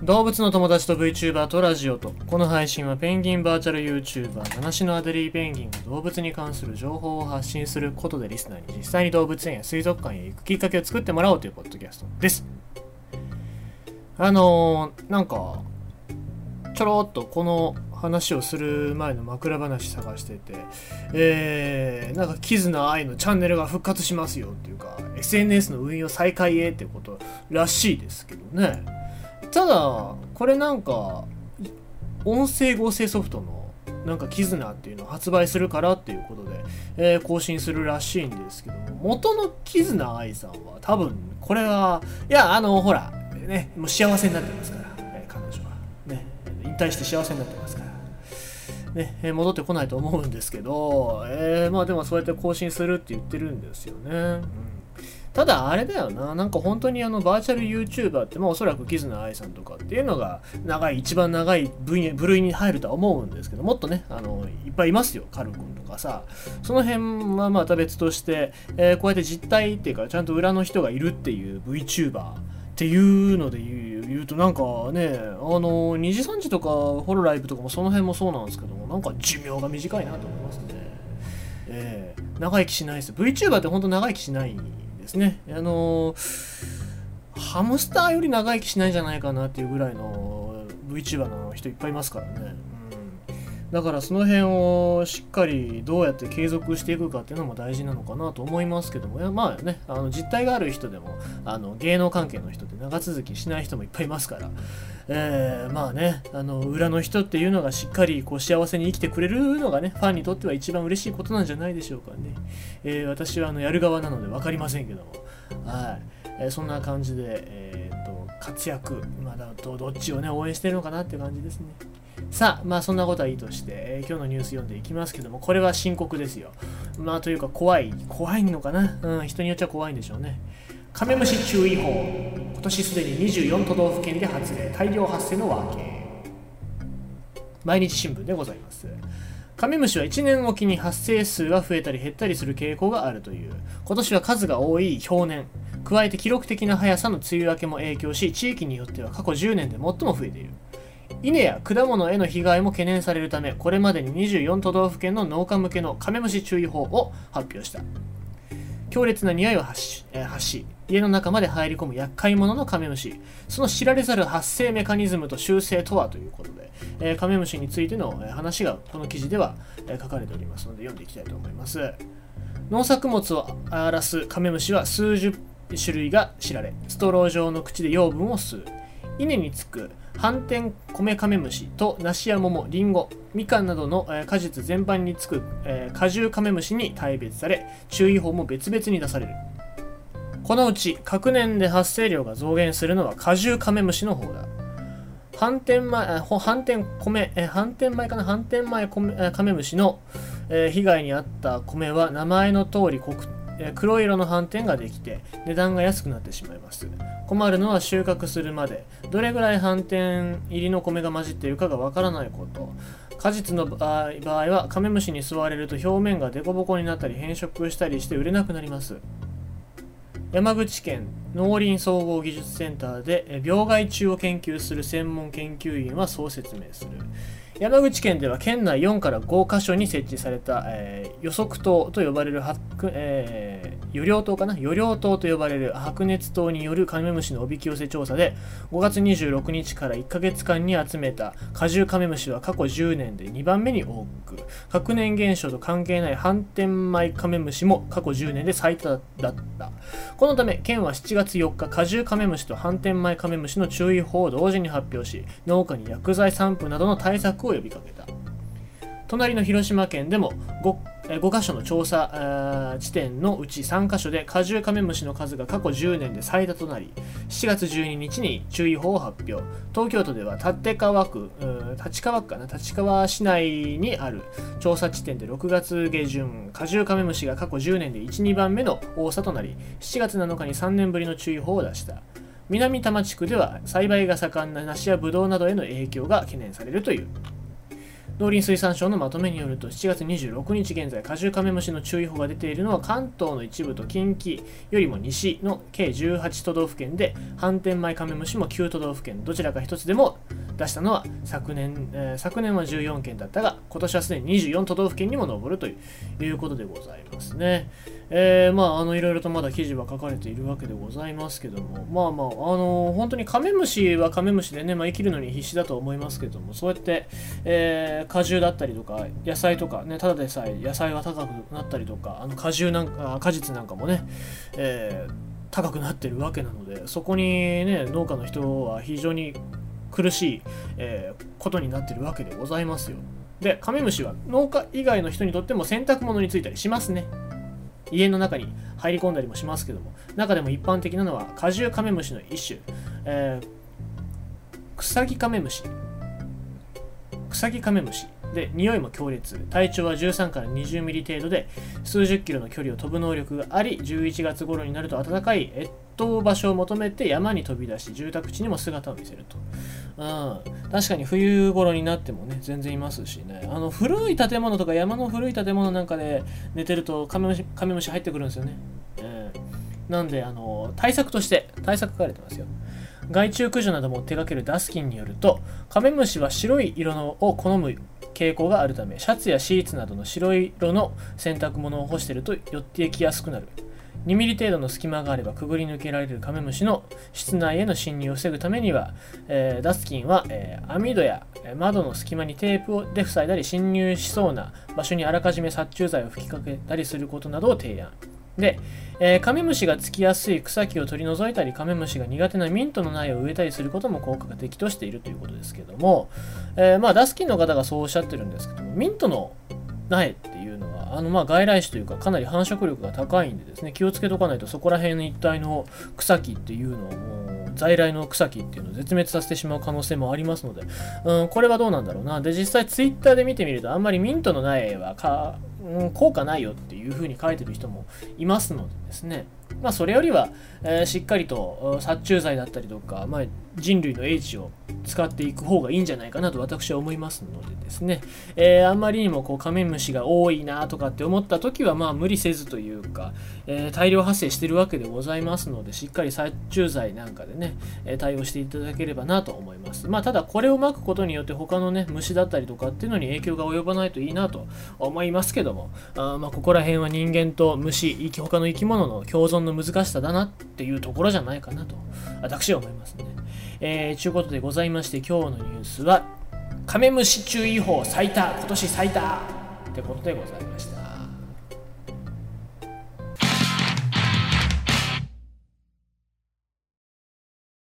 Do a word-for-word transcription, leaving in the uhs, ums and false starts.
動物の友達と VTuber とラジオと。この配信はペンギンバーチャル YouTuber 七種のアデリーペンギンが動物に関する情報を発信することでリスナーに実際に動物園や水族館へ行くきっかけを作ってもらおうというポッドキャストです。あのー、なんかちょろっとこの話をする前の枕話探してて、えー、なんかキズナアイのチャンネルが復活しますよっていうか エスエヌエス の運用再開へってことらしいですけどね。ただこれなんか音声合成ソフトのなんかキズナっていうのを発売するからっていうことで、えー、更新するらしいんですけども、元のキズナアイさんは多分これはいやあのほらねもう幸せになってますから、えー、彼女はね引退して幸せになってますからね、えー、戻ってこないと思うんですけど、えー、まあでもそうやって更新するって言ってるんですよね。うんただあれだよな、なんか本当にあのバーチャル YouTuber ってまあおそらくキズナアイさんとかっていうのが長い一番長い分野部類に入るとは思うんですけど、もっとねあのいっぱいいますよ、カル君とかさ。その辺はまた別として、えー、こうやって実態っていうかちゃんと裏の人がいるっていう VTuber っていうので言う、言うとなんかねあのにじさんじとかホロライブとかもその辺もそうなんですけども、なんか寿命が短いなと思いますね。えー、長生きしないです。VTuber って本当長生きしないですね。あのー、ハムスターより長生きしないんじゃないかなっていうぐらいの VTuber の人いっぱいいますからね、うん、だからその辺をしっかりどうやって継続していくかっていうのも大事なのかなと思いますけども、いやまあねあの実態がある人でもあの芸能関係の人って長続きしない人もいっぱいいますから、えー、まあねあの裏の人っていうのがしっかりこう幸せに生きてくれるのがねファンにとっては一番嬉しいことなんじゃないでしょうかね。えー、私はあのやる側なので分かりませんけども、はい、えー、そんな感じで、えー、と活躍、まあ、だとどっちをね応援してるのかなっていう感じですね。さあまあそんなことはいいとして、えー、今日のニュース読んでいきますけども、これは深刻ですよ。まあというか怖い怖いのかな、うん、人によっちゃ怖いんでしょうね。カメムシ注意報、今年すでににじゅうよん都道府県で発令、大量発生の訳。毎日新聞でございます。カメムシはいちねんおきに発生数が増えたり減ったりする傾向があるという。今年は数が多い氷年、加えて記録的な速さの梅雨明けも影響し、地域によっては過去じゅうねんで最も増えている。稲や果物への被害も懸念されるため、これまでににじゅうよん都道府県の農家向けのカメムシ注意報を発表した。強烈な匂いを発し、えー、発し家の中まで入り込む厄介者のカメムシ、その知られざる発生メカニズムと習性とはということで、えー、カメムシについての、えー、話がこの記事では、えー、書かれておりますので読んでいきたいと思います。農作物を荒らすカメムシは数十種類が知られ、ストロー状の口で養分を吸う。稲につく斑点コメカメムシと梨や桃、リンゴ、みかんなどの、えー、果実全般につく、えー、果汁カメムシに大別され、注意報も別々に出される。このうち各年で発生量が増減するのは果汁カメムシの方だ。斑点前、斑点米、えー、斑点前かな斑点前米、えー、カメムシの、えー、被害に遭った米は名前の通り黒黒色の斑点ができて値段が安くなってしまいます。困るのは収穫するまでどれぐらい斑点入りの米が混じっているかがわからないこと。果実の場合はカメムシに吸われると表面がデコボコになったり変色したりして売れなくなります。山口県農林総合技術センターで病害虫を研究する専門研究員はそう説明する。山口県では県内よんからごカ所に設置された、えー、予測塔と呼ばれる、えー、予量塔かな予量塔と呼ばれる白熱灯によるカメムシのおびき寄せ調査で、ごがつにじゅうろくにちからいっかげつかんに集めた果汁カメムシは過去じゅうねんでにばんめに多く、学年減少と関係ない斑点米カメムシも過去じゅうねんで最多だった。このため県はしちがつよっか、果汁カメムシと斑点米カメムシの注意報を同時に発表し、農家に薬剤散布などの対策を呼びかけた。隣の広島県でも 5, ごカ所の調査地点のうちさんカ所で果汁カメムシの数が過去じゅうねんで最多となり、しちがつじゅうににちに注意報を発表。東京都では立川区立川区かな立川市内にある調査地点でろくがつげじゅん、果汁カメムシが過去じゅうねんでいち、にばんめの多さとなり、しちがつなのかにさんねんぶりの注意報を出した。南多摩地区では栽培が盛んな梨やブドウなどへの影響が懸念されるという。 農林水産省のまとめによるとしちがつにじゅうろくにち現在、果汁カメムシの注意報が出ているのは関東の一部と近畿よりも西の計じゅうはちとどうふけんで、反転米カメムシもきゅうとどうふけん、どちらか一つでも出したのは昨年、えー、昨年はじゅうよんけんだったが、今年はすでににじゅうよんとどうふけんにも上るということでございますね。えー、まあ、あの、いろいろとまだ記事は書かれているわけでございますけども、まあまあ、あの、本当にカメムシはカメムシでね、まあ、生きるのに必死だと思いますけども、そうやって、えー、果汁だったりとか、野菜とかね、ただでさえ野菜が高くなったりとか、あの果汁なんか、果実なんかもね、えー、高くなってるわけなので、そこにね、農家の人は非常に苦しい、えー、ことになってるわけでございますよ。で、カメムシは農家以外の人にとっても洗濯物についたりしますね。家の中に入り込んだりもしますけども、中でも一般的なのは果汁カメムシの一種、えー、クサギカメムシ。クサギカメムシで、匂いも強烈、体長はじゅうさんからにじゅうミリ程度で、数十キロの距離を飛ぶ能力があり、じゅういちがつ頃になると暖かい越冬場所を求めて山に飛び出し、住宅地にも姿を見せると。うん、確かに冬頃になってもね、全然いますしね。あの古い建物とか山の古い建物なんかで寝てるとカメムシ、カメムシ入ってくるんですよね。えー、なんで、あの対策として、対策書かれてますよ。害虫駆除なども手掛けるダスキンによると、カメムシは白い色のを好む傾向があるため、シャツやシーツなどの白い色の洗濯物を干していると寄ってきやすくなる。にミリ程度の隙間があればくぐり抜けられるカメムシの室内への侵入を防ぐためには、えー、ダスキンは、えー、網戸や窓の隙間にテープで塞いだり、侵入しそうな場所にあらかじめ殺虫剤を吹きかけたりすることなどを提案。で、えー、カメムシがつきやすい草木を取り除いたり、カメムシが苦手なミントの苗を植えたりすることも効果が的としているということですけども、えー、まあダスキンの方がそうおっしゃってるんですけども、ミントの苗っていうのはあのまあ外来種というかかなり繁殖力が高いんでですね、気をつけとかないとそこら辺の一帯の草木っていうのをもう在来の草木っていうのを絶滅させてしまう可能性もありますので、うん、これはどうなんだろうな。で、実際ツイッターで見てみるとあんまりミントの苗はか、うん、効果ないよっていう風に書いてる人もいますのでですね、まあそれよりは、えー、しっかりと殺虫剤だったりとか、まあ、人類の英知を使っていく方がいいんじゃないかなと私は思いますのでですね、えー、あんまりにもこうカメムシが多いなとかって思った時はまあ無理せずというか、えー、大量発生しているわけでございますので、しっかり殺虫剤なんかでね、えー、対応していただければなと思います。まあただこれをまくことによって他のね虫だったりとかっていうのに影響が及ばないといいなと思いますけども、あまあここら辺は人間と虫、他の生き物の共存の難しさだなっていうところじゃないかなと私は思いますね。えー、ということでございまして、今日のニュースはカメムシ注意報最多、今年最多ってことでございました。